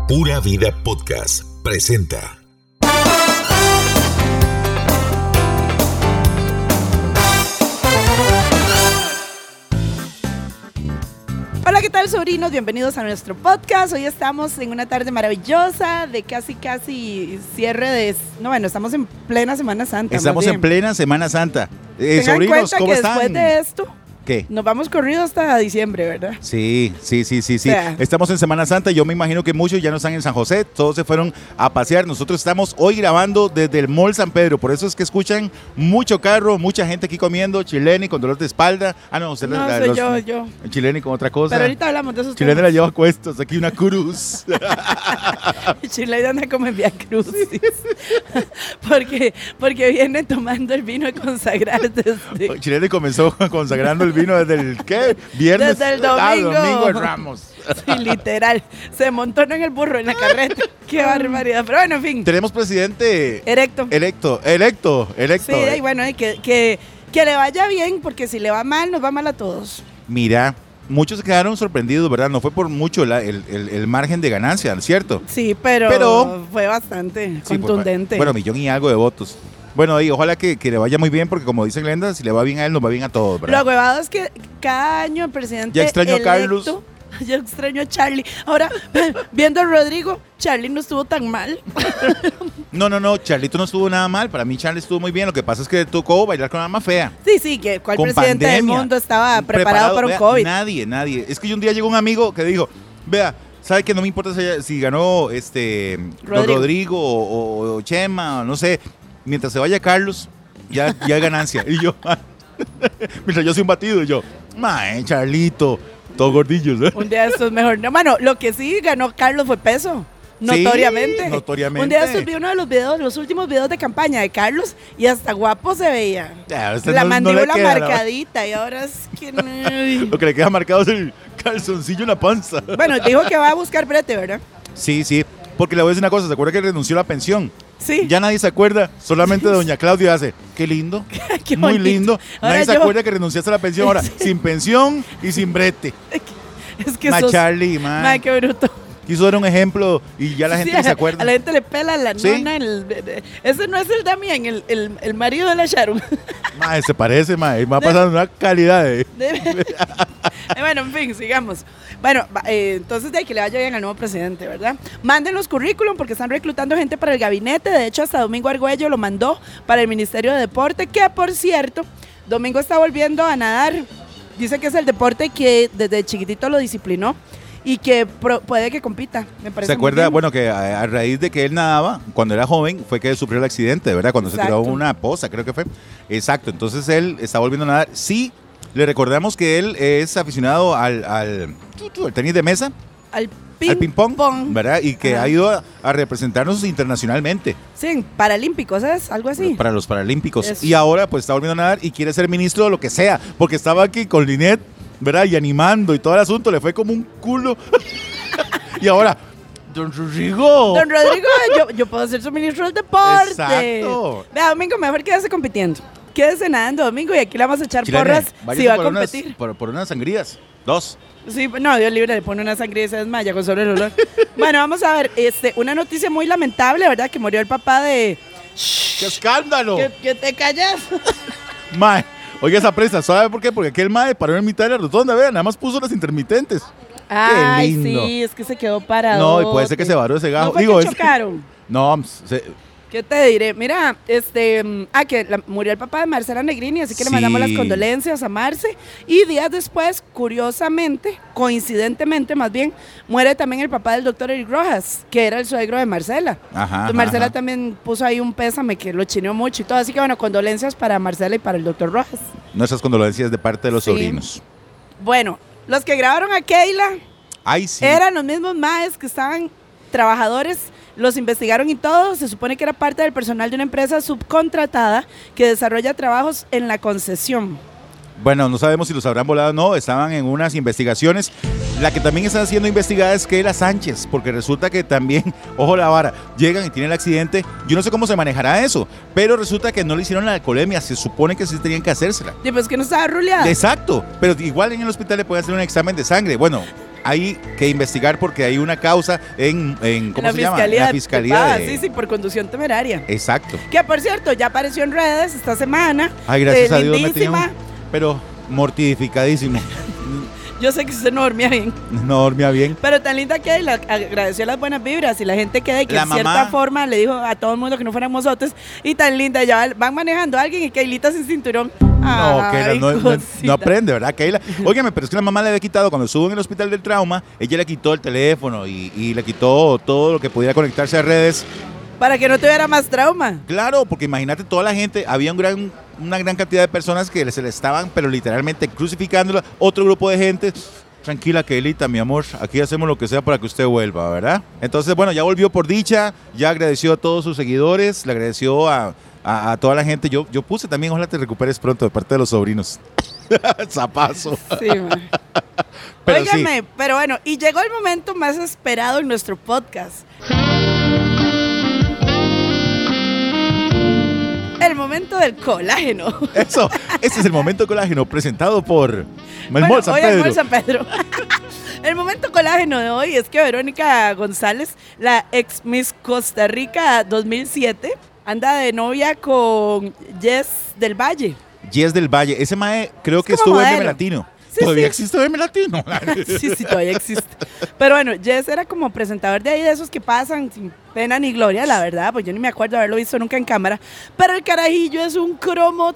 Pura Vida Podcast presenta. Hola, ¿qué tal, sobrinos? Bienvenidos a nuestro podcast. Hoy estamos en una tarde maravillosa de casi cierre de... No, bueno, estamos en plena Semana Santa. Estamos en plena Semana Santa. Tengan Sobrinos, cuenta ¿cómo que están? después de esto... ¿Qué? Nos vamos corrido hasta diciembre, ¿verdad? Sí. sea. Estamos en Semana Santa. Yo me imagino que muchos ya no están en San José. Todos se fueron a pasear. Nosotros estamos hoy grabando desde el Mall San Pedro. Por eso es que escuchan mucho carro, mucha gente aquí comiendo. Chileni con dolor de espalda. Ah, no, usted No, soy yo. Chileni con otra cosa. Pero ahorita hablamos de esos Chileni la temas. lleva a cuestas. Aquí una cruz. Chile anda como en Via Crucis. porque viene tomando el vino de consagrar desde... Chileni comenzó consagrando el vino desde el ¿qué? Viernes. Desde el domingo. Domingo de Ramos. Sí, literal. Se montó en el burro, en la carreta. Qué barbaridad. Pero bueno, en fin. Tenemos presidente Erecto. Electo. Sí, y bueno, y que le vaya bien, porque si le va mal, nos va mal a todos. Mira, muchos se quedaron sorprendidos, ¿verdad? No fue por mucho el margen de ganancia, ¿cierto? Sí, pero fue bastante Sí, contundente. Bueno, 1,000,000 y algo de votos. Bueno, y ojalá que le vaya muy bien, porque como dice Glenda, si le va bien a él, nos va bien a todos, ¿verdad? Lo huevado es que cada año el presidente Ya extraño a electo, Carlos. Yo extraño a Charlie. Ahora, viendo a Rodrigo, Charlie no estuvo tan mal. No, Charlito no estuvo nada mal. Para mí Charlie estuvo muy bien. Lo que pasa es que le tocó bailar con la más fea. Sí, que cuál Con presidente del pandemia. mundo estaba preparado para un Vea, COVID. Nadie. Es que un día llegó un amigo que dijo, vea, ¿sabe que no me importa si ganó don Rodrigo o Chema, o no sé, mientras se vaya Carlos, ya hay ganancia? Y yo, mientras yo soy un batido, y yo, Charlito, todos gordillos, ¿eh? Un día de estos mejor. No, mano, lo que sí ganó Carlos fue peso. Notoriamente. Sí, notoriamente. Un día de estos vi uno de los videos, los últimos videos de campaña de Carlos, y hasta guapo se veía. Ya, a usted La no le mandíbula queda, ¿no? marcadita, y ahora es que... Lo que le queda marcado es el calzoncillo en la panza. Bueno, dijo que va a buscar brete, ¿verdad? Sí, porque le voy a decir una cosa, ¿se acuerda que renunció a la pensión? Sí. Ya nadie se acuerda, solamente doña Claudia hace, qué lindo, Qué muy bonito. lindo. Ahora Nadie se yo- acuerda que renunciaste a la pensión ahora, sin pensión y sin brete. Es que sos... Charlie, Ma, qué bruto. quiso dar un ejemplo y ya la gente Sí, ni se acuerda. A la gente le pela la Sí. nona. Ese no es el Damián, el marido de la Sharon. Mae, se parece, mae, va pasando una calidad de... Bueno, en fin, sigamos. Bueno, entonces de ahí que le vaya bien al nuevo presidente, ¿verdad? Manden los currículum porque están reclutando gente para el gabinete. De hecho, hasta Domingo Argüello lo mandó para el Ministerio de Deporte, que por cierto, Domingo está volviendo a nadar. Dice que es el deporte que desde chiquitito lo disciplinó y que puede que compita. Me parece ¿Se muy acuerda? bien. Bueno, que a raíz de que él nadaba, cuando era joven, fue que sufrió el accidente, ¿verdad? Cuando se tiró Exacto. una poza, creo que fue. Exacto, entonces él está volviendo a nadar. Sí, le recordamos que él es aficionado al tenis de mesa, Al al ping-pong, pong. ¿verdad? Y que Ajá. ha ido a representarnos internacionalmente Sí, en Paralímpicos, ¿es? Algo así. para los Paralímpicos. Eso. Y ahora pues está volviendo a nadar y quiere ser ministro de lo que sea, porque estaba aquí con Linet, ¿verdad? Y animando y todo el asunto, le fue como un culo. Y ahora, don Rodrigo. Don Rodrigo, yo puedo ser su ministro del deporte. Exacto. Vea, Domingo, mejor quédese compitiendo. Quédese nadando, Domingo, y aquí le vamos a echar Chilene, porras váyase si va a por unas- competir. por unas sangrías. 2. Sí, no, Dios libre, le pone una sangre y se desmaya con solo el olor. Bueno, vamos a ver, una noticia muy lamentable, ¿verdad? Que murió el papá de... ¡Qué escándalo! Que te callas. Mae, oiga esa presa, ¿sabe por qué? Porque aquel mae paró en mitad de la rotonda, vean, nada más puso las intermitentes. Ay, lindo. sí, es que se quedó parado. No, y puede ser que se varó ese gajo. No fue Digo, que es- chocaron. No, ¿Qué te diré? Mira, murió el papá de Marcela Negrini, así que le Sí. mandamos las condolencias a Marce. Y días después, curiosamente, coincidentemente más bien, muere también el papá del doctor Eric Rojas, que era el suegro de Marcela. Ajá, Marcela ajá. también puso ahí un pésame que lo chineó mucho y todo. Así que bueno, condolencias para Marcela y para el doctor Rojas. Nuestras condolencias de parte de los Sí. sobrinos. Bueno, los que grabaron a Keila Ay, sí. eran los mismos maes que estaban trabajadores, los investigaron y todo. Se supone que era parte del personal de una empresa subcontratada que desarrolla trabajos en la concesión. Bueno, no sabemos si los habrán volado o no, estaban en unas investigaciones. La que también está siendo investigada es Keila Sánchez, porque resulta que también, ojo la vara, llegan y tienen el accidente. Yo no sé cómo se manejará eso, pero resulta que no le hicieron la alcoholemia, se supone que sí tenían que hacérsela. Y pues que no estaba ruleada. Exacto, pero igual en el hospital le pueden hacer un examen de sangre. Bueno, hay que investigar porque hay una causa en ¿cómo se llama? En la fiscalía. Sí, por conducción temeraria. Exacto. Que por cierto, ya apareció en redes esta semana. Ay, gracias a Dios lindísima. Pero mortificadísimo. Yo sé que usted no dormía bien. No dormía bien. Pero tan linda que le agradeció las buenas vibras y la gente que de cierta forma le dijo a todo el mundo que no fuéramos nosotros. Y tan linda, ya van manejando a alguien y Keilita sin cinturón. No, Keila no aprende, ¿verdad, Keila? Óigame, pero es que la mamá le había quitado, cuando estuvo en el hospital del trauma, ella le quitó el teléfono y le quitó todo lo que pudiera conectarse a redes. Para que no tuviera más trauma. Claro, porque imagínate toda la gente, había una gran cantidad de personas que se le estaban, pero literalmente crucificándola. Otro grupo de gente, tranquila Keilita, mi amor, aquí hacemos lo que sea para que usted vuelva, ¿verdad? Entonces, bueno, ya volvió por dicha, ya agradeció a todos sus seguidores, le agradeció a toda la gente. Yo puse también, ojalá te recuperes pronto de parte de los sobrinos. Zapazo. Sí, man. Pero óigame, sí. Pero bueno, y llegó el momento más esperado en nuestro podcast. El momento del colágeno. Eso, ese es el momento del colágeno presentado por Mall San Pedro. El momento colágeno de hoy es que Verónica González, la ex Miss Costa Rica 2007, anda de novia con Jess del Valle. Jess del Valle, ese mae creo que estuvo en M Latino. Sí, ¿Todavía existe M Latino? Sí, todavía existe. Pero bueno, Jess era como presentador de ahí, de esos que pasan sin pena ni gloria, la verdad, pues yo ni me acuerdo haberlo visto nunca en cámara. Pero el carajillo es un cromo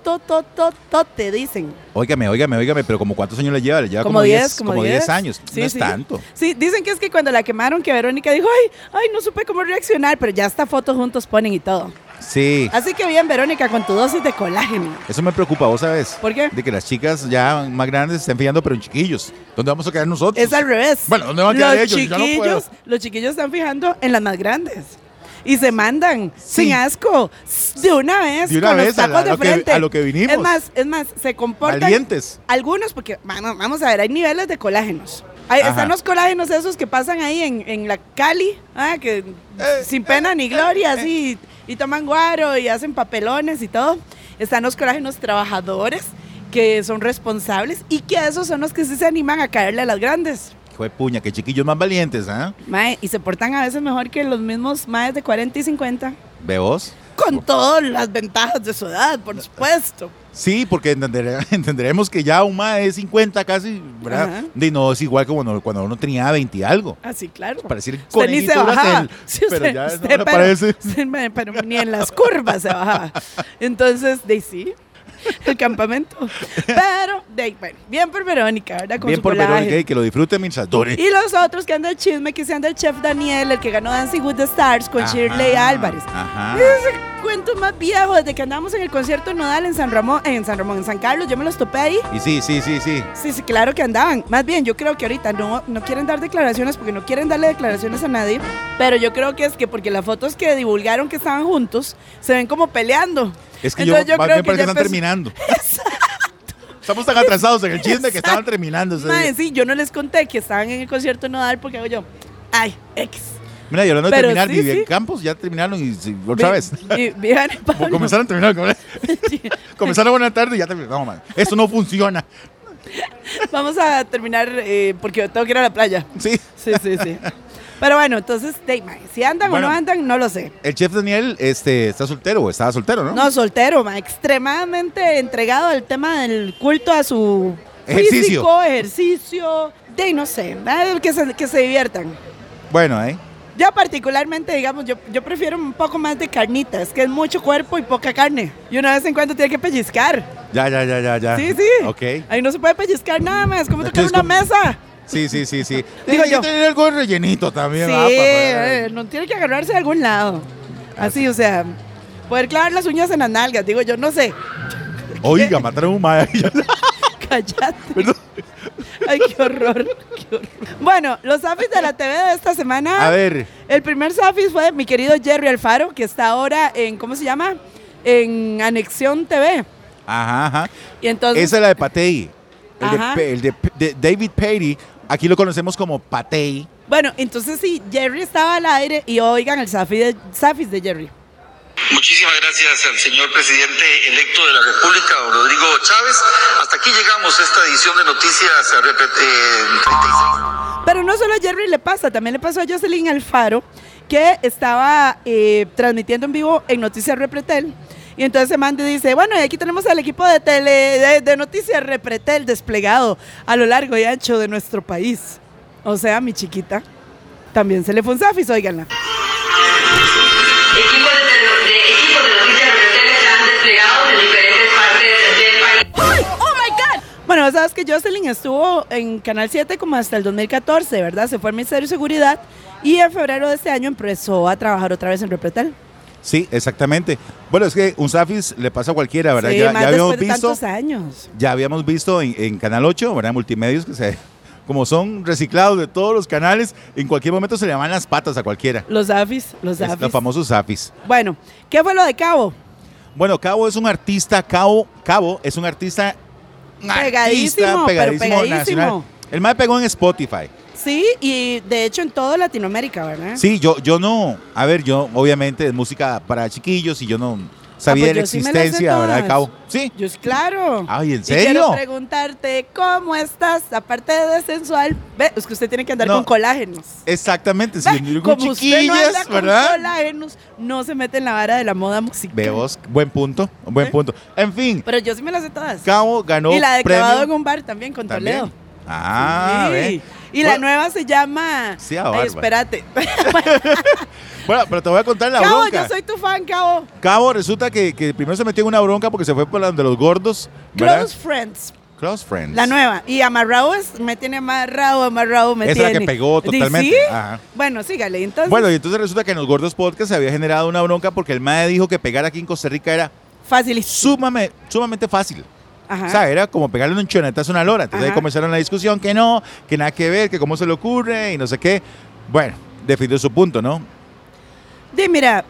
te dicen. Óigame, pero ¿como cuántos años le lleva? Le lleva como 10 años, sí, no es tanto. Sí, dicen que es que cuando la quemaron, que Verónica dijo, ay, no supe cómo reaccionar, pero ya hasta fotos juntos ponen y todo. Sí. Así que bien, Verónica, con tu dosis de colágeno. Eso me preocupa, ¿vos sabes? ¿Por qué? De que las chicas ya más grandes se estén fijando, pero en chiquillos. ¿Dónde vamos a quedar nosotros? Es al revés. Bueno, ¿dónde van a quedar ellos? Ya no puedo. Los chiquillos están fijando en las más grandes. Y se mandan, sin asco, de una vez, con los tacos de frente. A lo que vinimos. Es más, se comportan. Valientes. Algunos, porque, vamos a ver, hay niveles de colágenos. Están los colágenos esos que pasan ahí en la Cali, que sin pena ni gloria, así, y toman guaro y hacen papelones y todo. Están los colágenos trabajadores, que son responsables, y que esos son los que sí se animan a caerle a las grandes. Hijo de puña, que chiquillos más valientes, ¿ah? Mae, y se portan a veces mejor que los mismos maes de 40 y 50. ¿Ve vos? Con todas las ventajas de su edad, por supuesto. Sí, porque entenderemos que ya un mae de 50 casi, ¿verdad? Y no es igual que cuando uno tenía 20 y algo. Ah, sí, claro. Parecía el usted ni se bajaba. Sí, pero ya no me parece. Pero ni en las curvas se bajaba. Entonces, sí. El campamento. Pero, bueno, bien por Verónica, ¿verdad? Con bien por Verónica y que lo disfrute mientras dure. Y los otros que andan el chisme, que se anda el chef Daniel, el que ganó Dancing with the Stars con Shirley Álvarez. Ese cuento más viejo, desde que andamos en el concierto nodal en San Carlos, yo me los topé ahí. Y sí. Sí, claro que andaban. Más bien, yo creo que ahorita no quieren dar declaraciones porque no quieren darle declaraciones a nadie, pero yo creo que es que porque las fotos que divulgaron que estaban juntos se ven como peleando. Es que entonces, yo creo me parece que están terminando. Exacto. Estamos tan atrasados en el chisme que estaban terminando. Sí, yo no les conté que estaban en el concierto nodal porque hago yo, X. Mira, y hablando de terminar, Vivian Campos ya terminaron y otra vez. Comenzaron a terminar. Comenzaron buena tarde y ya terminaron. No, esto no funciona. Vamos a terminar porque tengo que ir a la playa. Sí. Pero bueno, entonces, si andan o no andan, no lo sé. El chef Daniel está soltero o estaba soltero, ¿no? No, soltero, extremadamente entregado al tema del culto a su ejercicio, no sé, que se diviertan. Bueno, Yo particularmente, digamos, yo prefiero un poco más de carnita, es que es mucho cuerpo y poca carne. Y una vez en cuando tiene que pellizcar. Ya. Sí. Ok. Ahí no se puede pellizcar nada más, es como tocar una mesa. Sí. Digo yo. Tener algo rellenito también. Sí, no tiene que agarrarse de algún lado. Así, o sea, poder clavar las uñas en las nalgas, digo yo, no sé. Oiga, mataron un mae. Cállate. Perdón. Ay, qué horror. Bueno, los zafis de la TV de esta semana. A ver. El primer zafis fue mi querido Jerry Alfaro, que está ahora en, ¿cómo se llama? En Anexión TV. Ajá. Y entonces, esa es la de Patey. El de David Patey. Aquí lo conocemos como Patey. Bueno, entonces sí, Jerry estaba al aire y oigan el zafis de Jerry. Muchísimas gracias al señor presidente electo de la República, don Rodrigo Chávez. Hasta aquí llegamos esta edición de Noticias 36. Pero no solo a Jerry le pasa, también le pasó a Jocelyn Alfaro, que estaba transmitiendo en vivo en Noticias Repretel. Y entonces Mandy dice, bueno, y aquí tenemos al equipo de Noticias Repretel desplegado a lo largo y ancho de nuestro país. O sea, mi chiquita, también se le fue un zafis, óiganla. Equipos de Noticias Repretel están desplegados en diferentes partes del país. ¡Ay! ¡Oh, my God! Bueno, sabes que Jocelyn estuvo en Canal 7 como hasta el 2014, ¿verdad? Se fue al Ministerio de Seguridad y en febrero de este año empezó a trabajar otra vez en Repretel. Sí, exactamente. Bueno, es que un zafis le pasa a cualquiera, ¿verdad? Sí, ya más habíamos después de visto, tantos años. ya habíamos visto en Canal 8, ¿verdad? Multimedios, que como son reciclados de todos los canales, en cualquier momento se le llaman las patas a cualquiera. Los zafis. Los famosos zafis. Bueno, ¿qué fue lo de Cabo? Bueno, Cabo es un artista, Cabo es un artista Pegadísimo, pero pegadísimo. Nacional. El mae pegó en Spotify. Sí, y de hecho en toda Latinoamérica, ¿verdad? Sí, yo no, a ver, yo obviamente es música para chiquillos y yo no sabía pues de la yo sí me las sé existencia, ¿verdad? todas. Cabo. Sí. Yo, claro. Ay, ¿en Y serio? quiero preguntarte, ¿cómo estás? Aparte de sensual, ve, es que usted tiene que andar con colágenos. Exactamente, si Ve, con como usted no chiquillas, anda con ¿verdad? colágenos, no se mete en la vara de la moda musical. Ve vos, buen punto. En fin, Pero yo sí me las sé todas. Cabo ganó Y la de premio. clavado en un bar también con ¿También? Toledo. Ah, Sí. ve. Y Bueno, la nueva se llama... Sí, Ay, bárbaro. espérate. Bueno, pero te voy a contar la Cabo, bronca. yo soy tu fan, Cabo. Cabo resulta que primero se metió en una bronca porque se fue por la de los gordos, ¿verdad? Close Friends. Close Friends. La nueva. Y amarrado me tiene amarrado me Esa tiene. es la que pegó totalmente. ¿Sí? Ajá. Bueno, sígale. Entonces, Bueno, y entonces resulta que en los Gordos Podcast se había generado una bronca porque el MAE dijo que pegar aquí en Costa Rica era facilísimo. sumamente fácil. Ajá. O sea, era como pegarle un chonetazo a una lora. Entonces ahí Ajá. comenzaron la discusión que no, que nada que ver, que cómo se le ocurre y no sé qué. Bueno, defendió su punto, ¿no? Mira,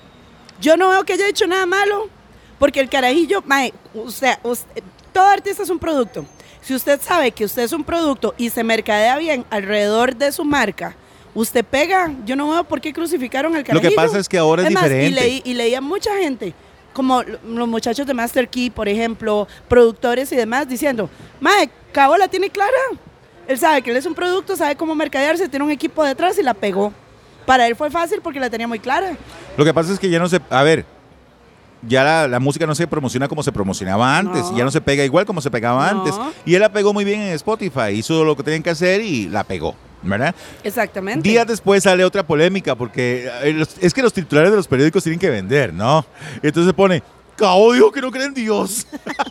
yo no veo que haya hecho nada malo, porque el carajillo, mae, usted, todo artista es un producto. Si usted sabe que usted es un producto y se mercadea bien alrededor de su marca, usted pega. Yo no veo por qué crucificaron al carajillo. Lo que pasa es que ahora es más, diferente. Y leía mucha gente, como los muchachos de Master Key, por ejemplo, productores y demás, diciendo, mae, Cabo la tiene clara. Él sabe que él es un producto, sabe cómo mercadearse, tiene un equipo detrás y la pegó. Para él fue fácil porque la tenía muy clara. Lo que pasa es que ya no se... A ver, ya la música no se promociona como se promocionaba antes. No. Ya no se pega igual como se pegaba No. antes. Y él la pegó muy bien en Spotify. Hizo lo que tenían que hacer y la pegó, ¿verdad? Exactamente. Días después sale otra polémica porque es que los titulares de los periódicos tienen que vender, ¿no? Y entonces pone, Cabo dijo que no cree en Dios.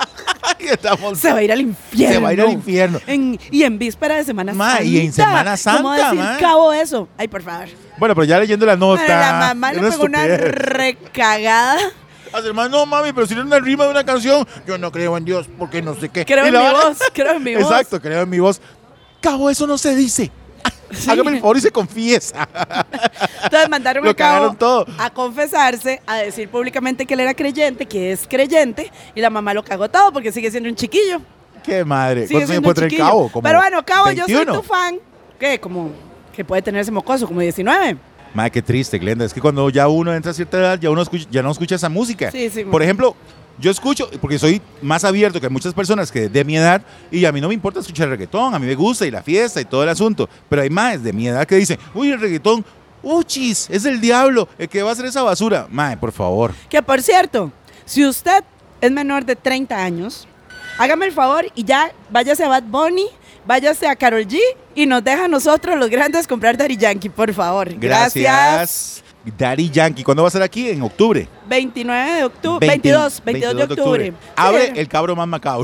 Y estamos... Se va a ir al infierno. Se va a ir al infierno. Y en víspera de Semana Ma, Santa. y en Semana ¿Cómo Santa, decir ma? Cabo eso? Ay, por favor. Bueno, pero ya leyendo la nota... Bueno, la mamá le pegó una estupidez. recagada. Las hermanas, no mami, pero si no es una rima de una canción, yo no creo en Dios porque no sé qué. Creo Y en la mi vara- voz, creo en mi voz. Exacto, creo en mi voz. Cabo, eso no se dice. Sí. Hágame el favor y se confiesa. Entonces mandaron Lo a Cabo cagaron todo. a confesarse, a decir públicamente que él era creyente, que es creyente, y la mamá lo cagó todo porque sigue siendo un chiquillo. Qué madre. Sigue ¿Cuántos años siendo puede un tener chiquillo. Cabo? Como Pero bueno, Cabo, yo 21. soy tu fan. ¿Qué? Como que puede tener ese mocoso, como 19. Madre, qué triste, Glenda. Es que cuando ya uno entra a cierta edad, ya no escucha esa música. Sí, sí. Por ejemplo, yo escucho, porque soy más abierto que muchas personas que de mi edad, y a mí no me importa escuchar reggaetón, a mí me gusta y la fiesta y todo el asunto. Pero hay más de mi edad que dicen, uy, el reggaetón, uchis, es el diablo, el que va a hacer esa basura. Madre, por favor. Que por cierto, si usted es menor de 30 años, hágame el favor y ya váyase a Bad Bunny, váyase a Karol G y nos deja a nosotros los grandes comprar Daddy Yankee, por favor. Gracias. Daddy Yankee, ¿cuándo va a ser aquí? En octubre. 29 de octubre, 22 de octubre. Abre Sí. el cabro más macabro.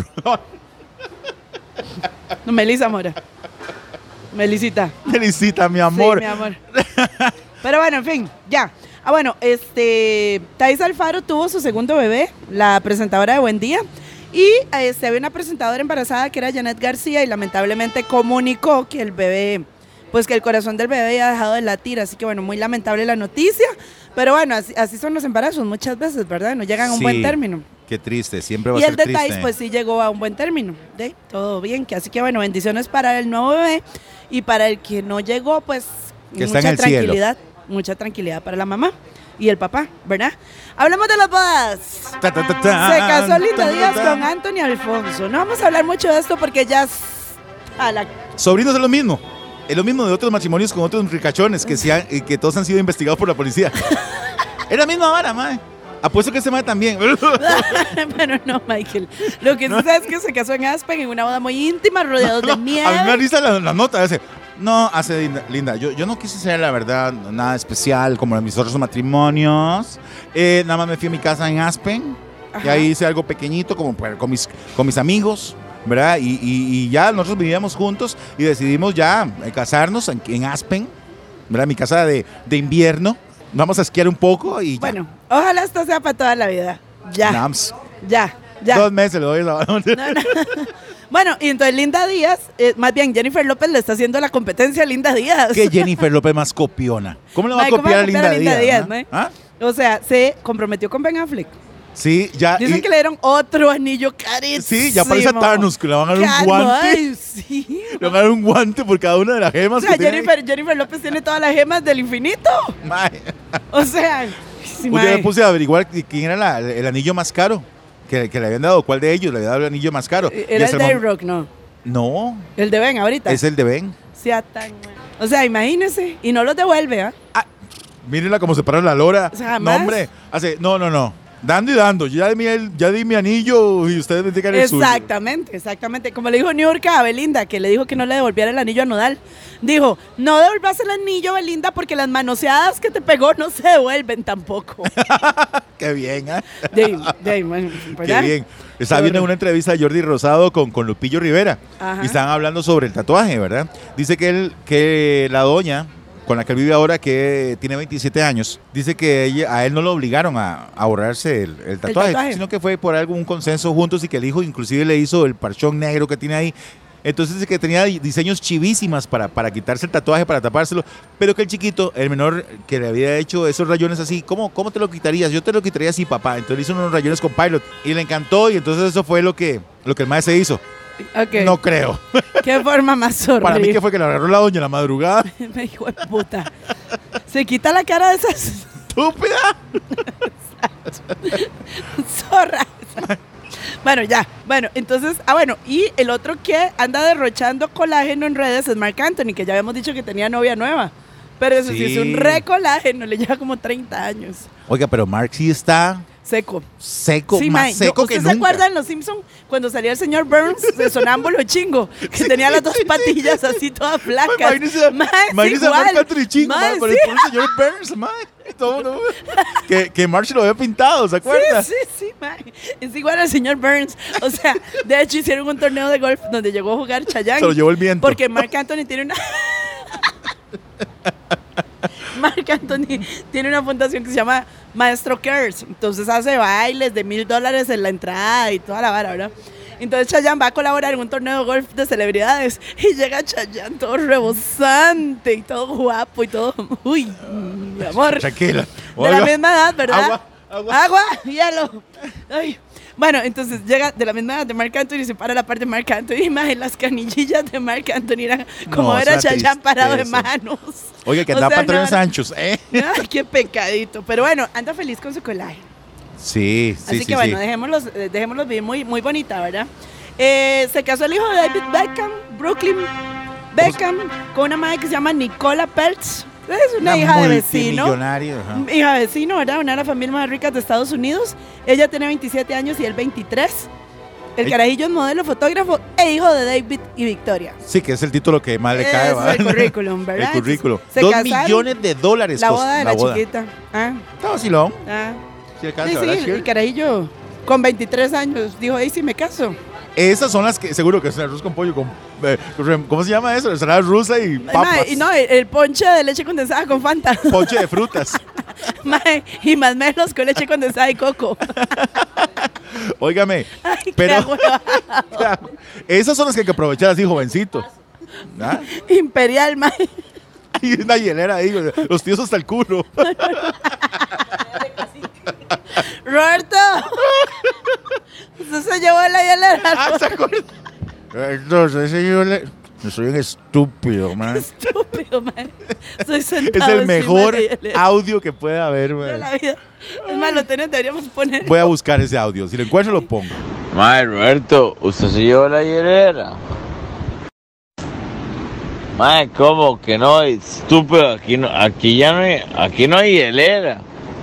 No, Melissa Mora. Melisita. Felicita, mi amor. Sí, mi amor. Pero bueno, en fin, ya. Ah, bueno, Thais Alfaro tuvo su segundo bebé, la presentadora de Buen Día. Y había una presentadora embarazada que era Janet García y lamentablemente comunicó que el bebé, pues que el corazón del bebé había dejado de latir. Así que bueno, muy lamentable la noticia. Pero bueno, así son los embarazos muchas veces, ¿verdad? No llegan a un Sí, buen término. Qué triste, siempre va Y a ser el de triste. Thais, pues sí llegó a un buen término. Todo bien. Así que bueno, bendiciones para el nuevo bebé. Y para el que no llegó, pues Que está en mucha el cielo. tranquilidad. Mucha tranquilidad para la mamá. y el papá, ¿verdad? Hablamos de las bodas. Se casó Linda Díaz con Anthony Alfonso. No vamos a hablar mucho de esto porque ya Sobrinos es lo mismo. Es lo mismo de otros matrimonios con otros ricachones que todos han sido investigados por la policía. Es la misma vara, mae. Apuesto que este mae también. Bueno, no, Michael. Lo que sucede es que se casó en Aspen en una boda muy íntima, rodeados de nieve. A mí me da risa la nota. Hace Linda. Yo no quise ser, la verdad, nada especial como en mis otros matrimonios. Nada más me fui a mi casa en Aspen. Ajá. Y ahí hice algo pequeñito como con mis amigos, ¿verdad? Y ya nosotros vivíamos juntos y decidimos ya casarnos en Aspen, ¿verdad? Mi casa de invierno. Vamos a esquiar un poco y ya. Bueno, ojalá esto sea para toda la vida. Ya. Nams. Ya. 2 meses le doy la no. Bueno, y entonces Linda Díaz, más bien Jennifer López le está haciendo la competencia a Linda Díaz. ¿Qué Jennifer López más copiona? ¿Cómo le va a copiar a Linda Díaz? ¿Ah? O sea, se comprometió con Ben Affleck. Sí, ya. Dicen que le dieron otro anillo carísimo. Sí, ya parece a Thanos, que le van a dar un guante. Ay, sí. Le van a dar un guante por cada una de las gemas. O sea, Jennifer López tiene todas las gemas del infinito. Mae. O sea, sí, un día me puse a averiguar quién era el anillo más caro que le habían dado. ¿Cuál de ellos le había dado el anillo más caro? Era el de A-Rock, ¿no? No. El de Ben ahorita. Es el de Ben. Sí, o sea, imagínese. Y no los devuelve, ¿ah? Mírenla como se para la lora. O sea, jamás. No, hombre. No. Dando y ya di mi anillo y ustedes me digan el suyo. Exactamente. Como le dijo Niurka a Belinda, que le dijo que no le devolviera el anillo a Nodal. Dijo, no devolvas el anillo, Belinda, porque las manoseadas que te pegó no se devuelven tampoco. Qué bien, ¿eh? Bueno, pues qué bien. Estaba viendo una entrevista de Jordi Rosado con Lupillo Rivera. Ajá. Y estaban hablando sobre el tatuaje, ¿verdad? Dice que la doña con la que él vive ahora, que tiene 27 años, dice que a él no lo obligaron a borrarse el tatuaje, sino que fue por algún consenso juntos y que el hijo inclusive le hizo el parchón negro que tiene ahí. Entonces dice que tenía diseños chivísimas para quitarse el tatuaje, para tapárselo, pero que el chiquito, el menor, que le había hecho esos rayones así, ¿cómo te lo quitarías? Yo te lo quitaría así, papá. Entonces le hizo unos rayones con Pilot y le encantó, y entonces eso fue lo que el maestro se hizo. Okay. No creo. Qué forma más horrible. Para mí que fue que le agarró la doña en la madrugada. Me dijo, puta. Se quita la cara de esas. Estúpida. Zorra. Bueno, ya. Bueno, entonces, y el otro que anda derrochando colágeno en redes es Marc Anthony, que ya habíamos dicho que tenía novia nueva. Pero eso sí es un recolágeno, le lleva como 30 años. Oiga, pero Marc sí está... Seco, sí, más seco que nunca. ¿Usted se acuerda en Los Simpsons cuando salía el señor Burns de sonámbulo chingo? Que tenía las 2 patillas así todas flacas. Imagínese a Marc Anthony chingo, con el pobre señor Burns, que Marc lo había pintado, ¿se acuerda? Sí, es igual al señor Burns. O sea, de hecho hicieron un torneo de golf donde llegó a jugar Chayanne. Se lo llevó el viento. Porque Marc Anthony tiene una... Marc Anthony tiene una fundación que se llama Maestro Cares. Entonces hace bailes de $1,000 en la entrada y toda la vara, ¿verdad? Entonces Chayanne va a colaborar en un torneo de golf de celebridades y llega Chayanne todo rebosante y todo guapo y todo... Uy, mi amor. Tranquila. De la misma edad, ¿verdad? Agua, hielo. Ay. Bueno, entonces llega de la misma edad de Marc Anthony y se para la parte de Marc Anthony. Imagínate, las canillillas de Marc Anthony eran como era Chayanne parado de manos. Oiga, que andaba pantalones anchos, ¿eh? Ay, qué pecadito. Pero bueno, anda feliz con su colágeno. Sí. Así que bueno, dejémoslos bien, muy, muy bonita, ¿verdad? Se casó el hijo de David Beckham, Brooklyn Beckham, con una madre que se llama Nicola Peltz. Es una hija de vecino. Hija de vecino, ¿verdad? Una de las familias más ricas de Estados Unidos. Ella tiene 27 años y él 23. El carajillo es modelo, fotógrafo e hijo de David y Victoria. Sí, que es el título que más le cae, ¿verdad? Es el currículum, ¿verdad? El currículum. $2 millones. La boda de la chiquita. Está vacilón. Sí, el carajillo con 23 años dijo, sí, me caso. Esas son las que, seguro que es el arroz con pollo, ¿cómo se llama eso? Ensalada rusa y papas. No, el ponche de leche condensada con Fanta. Ponche de frutas. Y masmelos con leche condensada y coco. Óigame, ay, pero esas son las que hay que aprovechar así, jovencitos. ¿Ah? Imperial, Hay una hielera ahí, los tíos hasta el culo. Roberto, usted se llevó la hielera. ¿Se acuerda? Entonces, Yo soy un estúpido, man. Estúpido, man. Estoy Es sentado el mejor encima de audio que puede haber, de man. la vida. Es más, deberíamos poner. Voy a buscar ese audio. Si lo encuentro, lo pongo. Mae, Roberto, ¿usted se llevó la hielera? Mae, ¿cómo que no? Estúpido, aquí no hay hielera.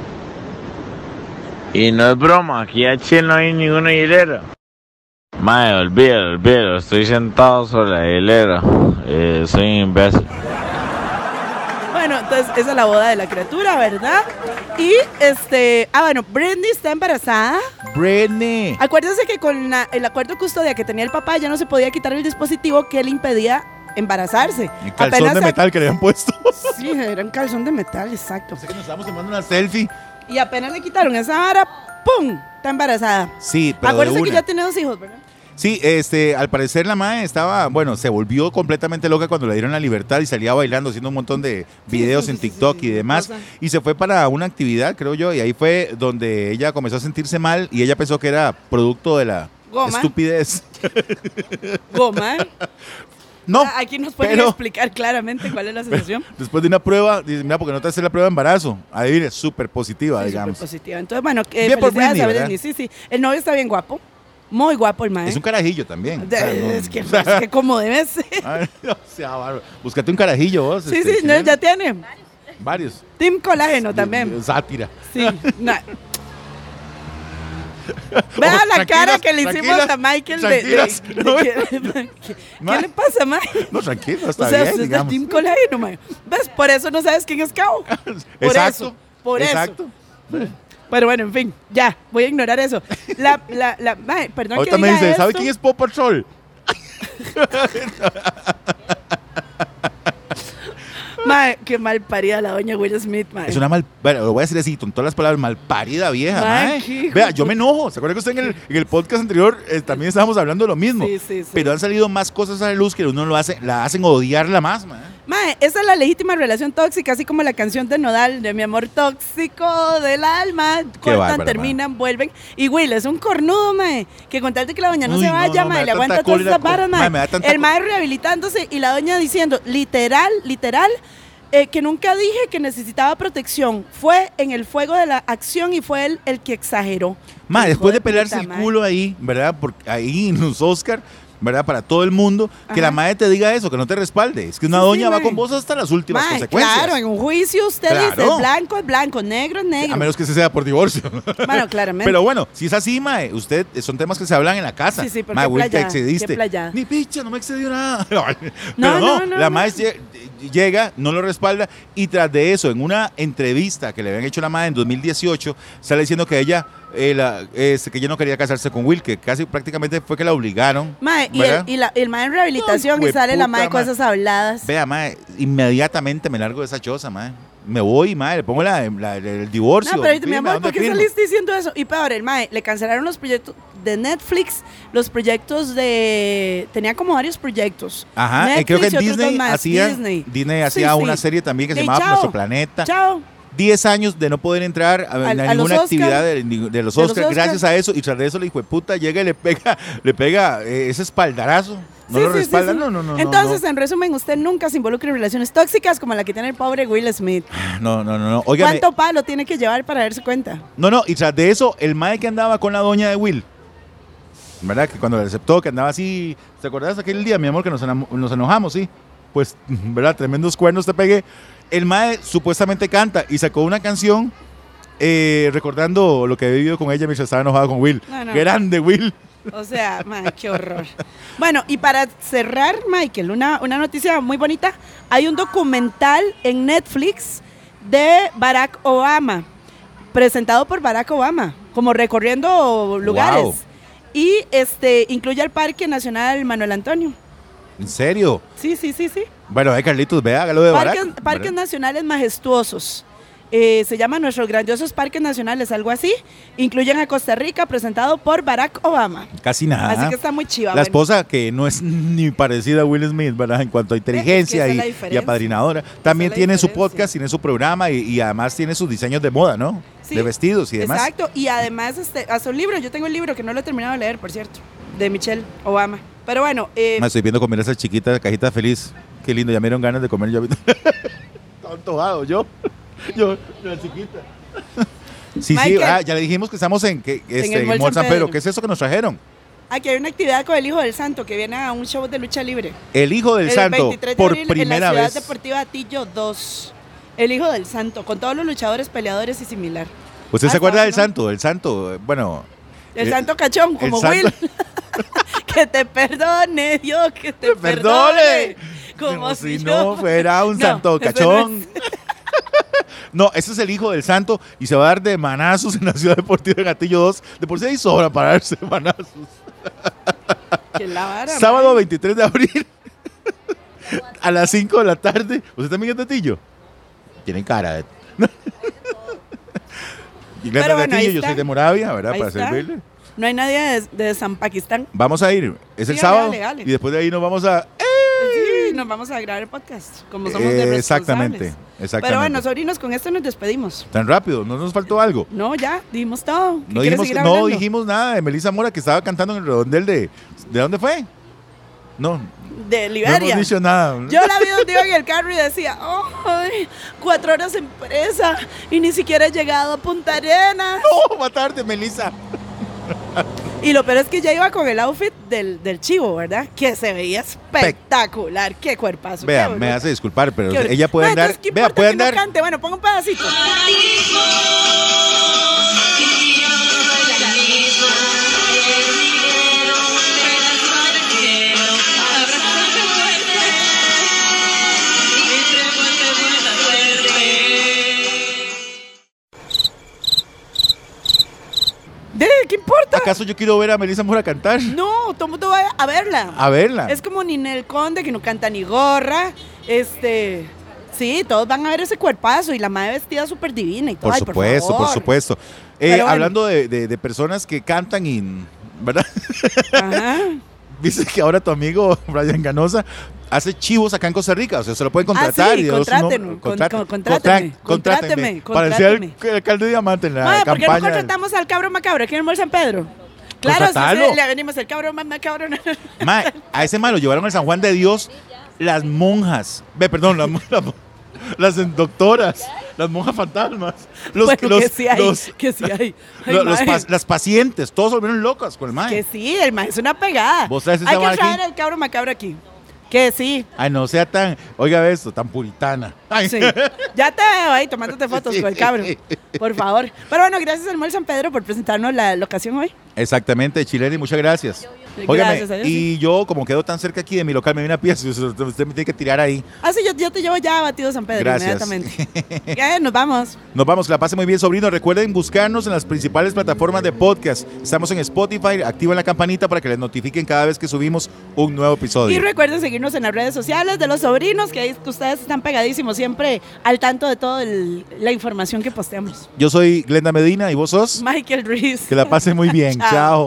Y no es broma, aquí en Chile no hay ninguna hielera. Mae, olvídalo, estoy sentado sobre la hielera. Soy un imbécil. Bueno, entonces esa es la boda de la criatura, ¿verdad? Y bueno, Britney está embarazada. Britney. Acuérdense que con el acuerdo de custodia que tenía el papá ya no se podía quitar el dispositivo que le impedía embarazarse. El calzón de metal que le habían puesto. Sí, era un calzón de metal, exacto. Sé que nos estábamos tomando una selfie. Y apenas le quitaron esa vara, ¡pum! Está embarazada. Sí, pero Acuérdense de que una. ya tiene 2 hijos, ¿verdad? Sí, al parecer la mae se volvió completamente loca cuando le dieron la libertad y salía bailando, haciendo un montón de videos en TikTok y demás. Y se fue para una actividad, creo yo, y ahí fue donde ella comenzó a sentirse mal y ella pensó que era producto de la Goma. estupidez. Goma, ¿eh? No, Aquí nos pueden pero explicar claramente cuál es la sensación. después de una prueba, dice, mira, porque no te haces la prueba de embarazo. Adivine, súper positiva, Sí, digamos. súper positiva. Entonces, bueno, Bien por felicidades Britney, a ¿verdad? Britney. Sí. El novio está bien guapo. Muy guapo el mae. Es un carajillo también. O sea, no- Es que como debe ser. Ay, o sea, bárbaro. Búscate un carajillo vos. Sí, no, chileno. ya tiene. Varios. Team Colágeno también. Sátira. Sí. Vea la cara que le hicimos a Michael tranquilas. ¿Qué le pasa, Mike? No, tranquilo, está O sea, bien, usted es del digamos. Team Colágeno, Mike. ¿Ves? Por eso no sabes quién es Cabo. Por Exacto. eso. Por exacto. eso. Pero bueno, en fin, ya, voy a ignorar eso. Mae, perdón Ahorita que me diga dice, ¿sabe esto. quién es Paw Patrol? Mae, qué mal parida la doña Will Smith, mae. Es una bueno, lo voy a decir así, con todas las palabras, malparida vieja, Mae, mae. qué hijo Vea, de yo me enojo. ¿Se acuerda que usted en el podcast anterior también estábamos hablando de lo mismo? Sí. Pero han salido más cosas a la luz que uno la hacen odiarla más, mae. Mae, esa es la legítima relación tóxica, así como la canción de Nodal, de mi amor tóxico del alma. Cortan, bárbara, terminan, vuelven. Y Will es un cornudo, mae, que con tal de que la doña no Uy, se no, vaya, no, me mae, da le aguanta tanta todas cólera, esas varas, mae, mae. me da tanta El mae rehabilitándose y la doña diciendo, literal, que nunca dije que necesitaba protección. Fue en el fuego de la acción y fue él el que exageró. Mae, Hijo después de puta, pelarse el mae. culo ahí, ¿verdad? Porque ahí en los Oscar, ¿verdad? Para todo el mundo, que Ajá. la madre te diga eso, que no te respalde. Es que una Sí, doña va mae. con vos hasta las últimas Mae, consecuencias. claro, en un juicio usted Claro. dice blanco es blanco, negro es negro. A menos que se sea por divorcio. Bueno, claramente. Pero bueno, si es así, mae, son temas que se hablan en la casa. Sí, pero mae, qué Will, te playada, excediste. qué playada. Ni picha, no me excedió nada. No, Pero no, la no. mae llega, no lo respalda y tras de eso, en una entrevista que le habían hecho a la mae en 2018, sale diciendo que ella que ella no quería casarse con Will, que casi prácticamente fue que la obligaron. Mae, ¿verdad? el mae en rehabilitación Ay, y sale la mae de hueputa, cosas habladas. Vea, mae, inmediatamente me largo de esa choza, mae. Me voy, mae, le pongo el divorcio. No, pero mi Firme, amor, ¿dónde ¿por qué firmo? saliste diciendo eso? Y peor, el mae, le cancelaron los proyectos de Netflix, los proyectos de... Tenía como varios proyectos. Ajá, Netflix creo que y en otros Disney dos más. hacía Sí, una sí. serie también que se Y llamaba chao. Nuestro Planeta. Chao. 10 años de no poder entrar a A los ninguna Oscar, actividad de los Oscars Oscar. gracias a eso, y tras de eso el hijo de puta llega y le pega ese espaldarazo. No Sí, lo sí, respalda, sí, sí. no. Entonces, en resumen, usted nunca se involucra en relaciones tóxicas como la que tiene el pobre Will Smith. No. Óigame, ¿Cuánto palo tiene que llevar para darse cuenta? No, y tras de eso, el mae que andaba con la doña de Will, ¿verdad? Que cuando le aceptó, que andaba así, ¿te acordás aquel día, mi amor, que nos enojamos, sí? Pues, ¿verdad? Tremendos cuernos te pegué. El mae supuestamente canta y sacó una canción recordando lo que había vivido con ella mientras estaba enojado con Will. No. Grande, Will. O sea, mae, qué horror. Bueno, y para cerrar, Michael, una noticia muy bonita. Hay un documental en Netflix de Barack Obama, presentado por Barack Obama, como recorriendo lugares. Wow. Y incluye al Parque Nacional Manuel Antonio. ¿En serio? Sí. Bueno, Carlitos, vea, hágalo de Barack. Parques ¿verdad? nacionales majestuosos. Se llaman Nuestros Grandiosos Parques Nacionales, algo así. Incluyen a Costa Rica, presentado por Barack Obama. Casi nada. Así que está muy chiva. La bueno. esposa, que no es ni parecida a Will Smith, ¿verdad? En cuanto a inteligencia esa es la y diferencia. apadrinadora. También es la tiene su diferencia. podcast, tiene su programa y además tiene sus diseños de moda, ¿no? Sí, De vestidos y demás. Exacto, y además hasta un libro, yo tengo el libro que no lo he terminado de leer, por cierto, de Michelle Obama. Pero bueno. Me estoy viendo comer esa chiquita cajita feliz. Qué lindo, ya me dieron ganas de comer yo. Estaba antojado, yo, la chiquita. Sí, Michael, ya le dijimos que estamos en el Mall San Pedro. ¿Qué es eso que nos trajeron? Aquí hay una actividad con el Hijo del Santo que viene a un show de lucha libre. El Hijo del Santo, 23 de por abril, primera en la Ciudad vez. Deportiva Atillo 2. El Hijo del Santo, con todos los luchadores, peleadores y similar. ¿Usted se Ah, acuerda del ¿no? Santo? El Santo, bueno. El Santo Cachón, como santo- Will. Que te perdone, Dios, que te perdone. Como si no fuera un santo ese cachón. no No, ese es el Hijo del Santo y se va a dar de manazos en la Ciudad Deportiva de Gatillo 2. De por sí hay sobra para darse manazos. Que la vara, Sábado man. 23 de abril a las 5 de la tarde. ¿Usted también es de Gatillo? Tienen cara de... Y Glenda Pero de bueno, ahí Gatillo, yo está. soy de Moravia, ¿verdad? Ahí Para está. servirle. No hay nadie de San Pakistán. Vamos a ir. Es el Sí, sábado. dale. Y después de ahí nos vamos a... Sí, nos vamos a grabar el podcast, como somos de Exactamente. Pero bueno, sobrinos, con esto nos despedimos. Tan rápido, ¿no nos faltó algo? No, ya, dijimos todo. ¿Qué No quieres dijimos, seguir no hablando? dijimos nada de Melissa Mora que estaba cantando en el redondel de... ¿De dónde fue? No, De no Liberia. hemos dicho nada. Yo la vi donde iba en el carro y decía, ¡ay! 4 horas en presa y ni siquiera he llegado a Punta Arenas. ¡No! Matarte, Melissa. Y lo peor es que ya iba con el outfit del chivo, ¿verdad? Que se veía espectacular. ¡Qué cuerpazo! Vea, qué me bruto. hace disculpar, pero Qué bruto. ella puede Ma, andar... entonces, ¿qué Vea, importa puede que no andar... cante? Bueno, ponga un pedacito. ¿Qué importa? ¿Acaso yo quiero ver a Melissa Mora cantar? No, todo el mundo va a verla. A verla. Es como Ninel Conde, que no canta ni gorra. Sí, todos van a ver ese cuerpazo y la madre vestida súper divina y todo. Por Ay, supuesto, por favor. supuesto. Pero bueno. Hablando de personas que cantan y... ¿Verdad? Ajá. Dice que ahora tu amigo Brian Ganosa hace chivos acá en Costa Rica. O sea, se lo pueden contratar. sí, y dar su nombre. contráteme. Para ser el alcalde de Diamante en la Madre, ¿por qué no campaña. contratamos al cabro macabro aquí en el Mall San Pedro? Claro, Contratalo. sí, le venimos el cabro macabro. Mae, a ese malo llevaron al San Juan de Dios las monjas. Perdón, las doctoras, las monjas fantasmas. Que sí hay. Ay, mae. Las pacientes, todos se volvieron locas con el mae. Que sí, el mae es una pegada. ¿Vos traes esa Hay que vara traer aquí? al cabro macabro aquí. Que sí. Ay, no sea tan, oiga esto, tan puritana. Ay. Sí. Ya te veo ahí tomándote fotos con el cabro. Por favor. Pero bueno, gracias al Mall San Pedro por presentarnos la locación hoy. Exactamente, Chileni, muchas gracias. Óigame, Gracias a Dios, y yo, como quedo tan cerca aquí de mi local, me viene a pie, usted me tiene que tirar ahí. Ah, sí, yo te llevo ya a Batido San Pedro Gracias. inmediatamente. Ya, nos vamos. Nos vamos, que la pase muy bien, sobrino. Recuerden buscarnos en las principales plataformas de podcast. Estamos en Spotify, activen la campanita para que les notifiquen cada vez que subimos un nuevo episodio. Y recuerden seguirnos en las redes sociales de los sobrinos, que ahí ustedes están pegadísimos, siempre al tanto de toda la información que posteamos. Yo soy Glenda Medina y vos sos. Michael Reese. Que la pasen muy bien. Chao. Chao.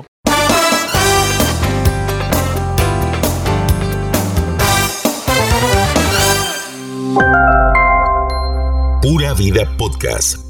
Pura Vida Podcast